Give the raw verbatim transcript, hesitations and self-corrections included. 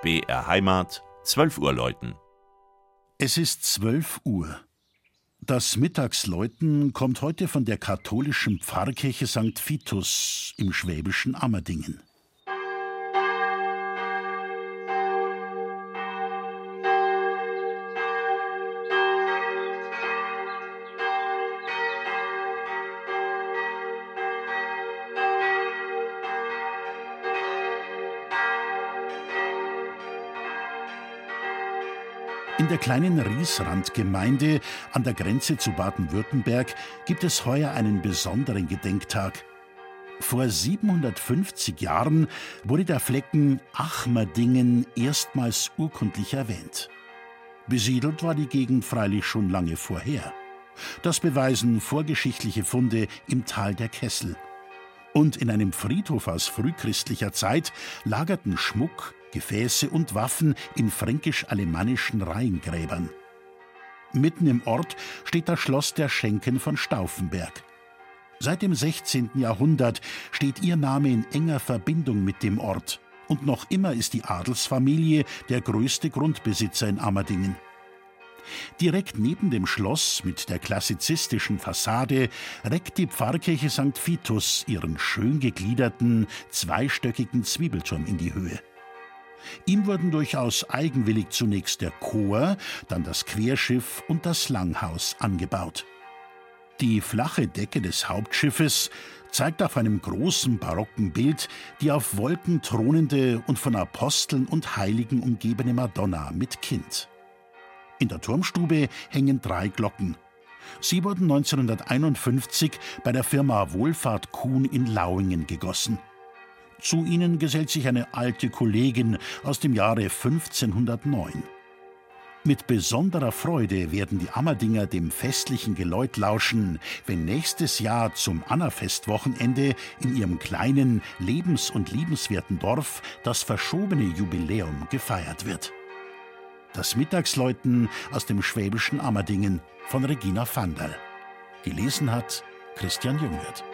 B R Heimat, zwölf Uhr läuten. Es ist zwölf Uhr. Das Mittagsläuten kommt heute von der katholischen Pfarrkirche Sankt Vitus im schwäbischen Ammerdingen. In der kleinen Riesrandgemeinde an der Grenze zu Baden-Württemberg gibt es heuer einen besonderen Gedenktag. Vor siebenhundertfünfzig Jahren wurde der Flecken Achmerdingen erstmals urkundlich erwähnt. Besiedelt war die Gegend freilich schon lange vorher. Das beweisen vorgeschichtliche Funde im Tal der Kessel. Und in einem Friedhof aus frühchristlicher Zeit lagerten Schmuck, Gefäße und Waffen in fränkisch-alemannischen Reihengräbern. Mitten im Ort steht das Schloss der Schenken von Stauffenberg. Seit dem sechzehnten Jahrhundert steht ihr Name in enger Verbindung mit dem Ort. Und noch immer ist die Adelsfamilie der größte Grundbesitzer in Ammerdingen. Direkt neben dem Schloss mit der klassizistischen Fassade reckt die Pfarrkirche Sankt Vitus ihren schön gegliederten, zweistöckigen Zwiebelturm in die Höhe. Ihm wurden durchaus eigenwillig zunächst der Chor, dann das Querschiff und das Langhaus angebaut. Die flache Decke des Hauptschiffes zeigt auf einem großen barocken Bild die auf Wolken thronende und von Aposteln und Heiligen umgebene Madonna mit Kind. In der Turmstube hängen drei Glocken. Sie wurden neunzehnhunderteinundfünfzig bei der Firma Wohlfahrt Kuhn in Lauingen gegossen. Zu ihnen gesellt sich eine alte Kollegin aus dem Jahre fünfzehnhundertneun. Mit besonderer Freude werden die Ammerdinger dem festlichen Geläut lauschen, wenn nächstes Jahr zum Annafestwochenende in ihrem kleinen, lebens- und liebenswerten Dorf das verschobene Jubiläum gefeiert wird. Das Mittagsläuten aus dem schwäbischen Ammerdingen von Regina Vandal. Gelesen hat Christian Jungwirth.